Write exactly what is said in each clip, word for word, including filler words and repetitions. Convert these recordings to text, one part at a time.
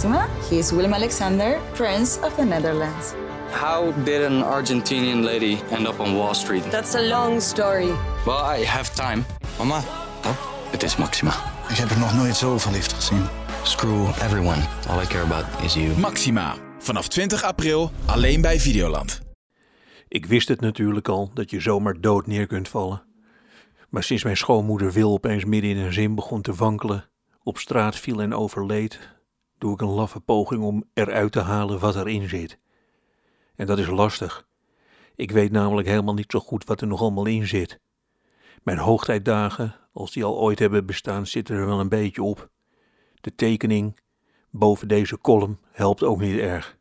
Maxima. He is Willem-Alexander, Prince of the Netherlands. How did an Argentinian lady end up on Wall Street? That's a long story. Well, I have time. Mama, Oh, het is Maxima. ik heb er nog nooit zo verliefd gezien. Screw everyone. All I care about is you. Maxima. Vanaf twintig april alleen bij Videoland. Ik wist het natuurlijk al dat je zomaar dood neer kunt vallen. Maar sinds mijn schoonmoeder Wil opeens midden in een zin begon te wankelen, op straat viel en overleed, doe ik een laffe poging om eruit te halen wat erin zit. En dat is lastig. Ik weet namelijk helemaal niet zo goed wat er nog allemaal in zit. Mijn hoogtijdagen, als die al ooit hebben bestaan, zitten er wel een beetje op. De tekening boven deze kolom helpt ook niet erg.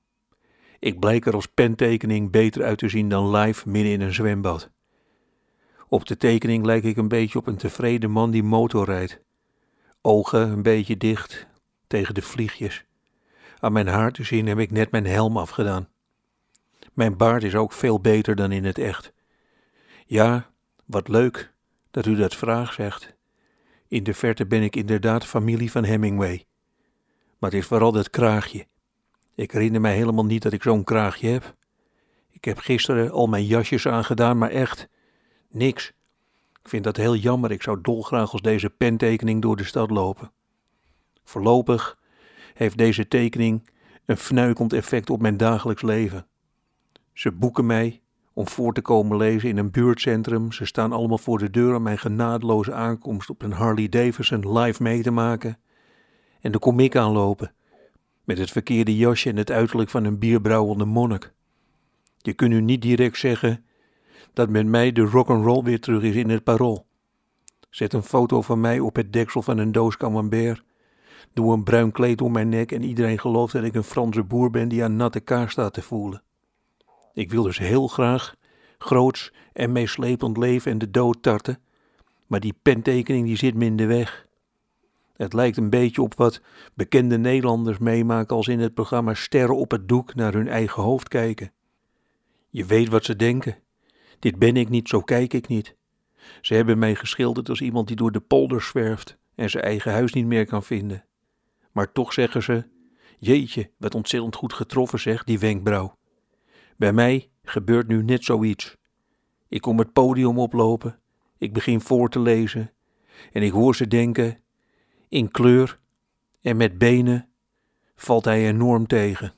Ik blijk er als pentekening beter uit te zien dan live midden in een zwembad. Op de tekening lijk ik een beetje op een tevreden man die motor rijdt. Ogen een beetje dicht tegen de vliegjes. Aan mijn haar te zien heb ik net mijn helm afgedaan. Mijn baard is ook veel beter dan in het echt. Ja, wat leuk dat u dat vraagt, zegt. In de verte ben ik inderdaad familie van Hemingway. Maar het is vooral dat kraagje. Ik herinner mij helemaal niet dat ik zo'n kraagje heb. Ik heb gisteren al mijn jasjes aangedaan, maar echt niks. Ik vind dat heel jammer. Ik zou dolgraag als deze pentekening door de stad lopen. Voorlopig heeft deze tekening een fnuikend effect op mijn dagelijks leven. Ze boeken mij om voor te komen lezen in een buurtcentrum. Ze staan allemaal voor de deur om mijn genadeloze aankomst op een Harley Davidson live mee te maken. En dan kom ik aanlopen, met het verkeerde jasje en het uiterlijk van een bierbrouwende monnik. Je kunt nu niet direct zeggen dat met mij de rock'n'roll weer terug is in het Parool. Zet een foto van mij op het deksel van een doos camembert. Doe een bruin kleed om mijn nek en iedereen gelooft dat ik een Franse boer ben die aan natte kaas staat te voelen. Ik wil dus heel graag groots en meeslepend leven en de dood tarten, maar die pentekening die zit me in de weg. Het lijkt een beetje op wat bekende Nederlanders meemaken als in het programma Sterren op het doek naar hun eigen hoofd kijken. Je weet wat ze denken. Dit ben ik niet, zo kijk ik niet. Ze hebben mij geschilderd als iemand die door de polder zwerft en zijn eigen huis niet meer kan vinden. Maar toch zeggen ze, jeetje, wat ontzettend goed getroffen zeg, die wenkbrauw. Bij mij gebeurt nu net zoiets. Ik kom het podium oplopen, ik begin voor te lezen en ik hoor ze denken, in kleur en met benen valt hij enorm tegen.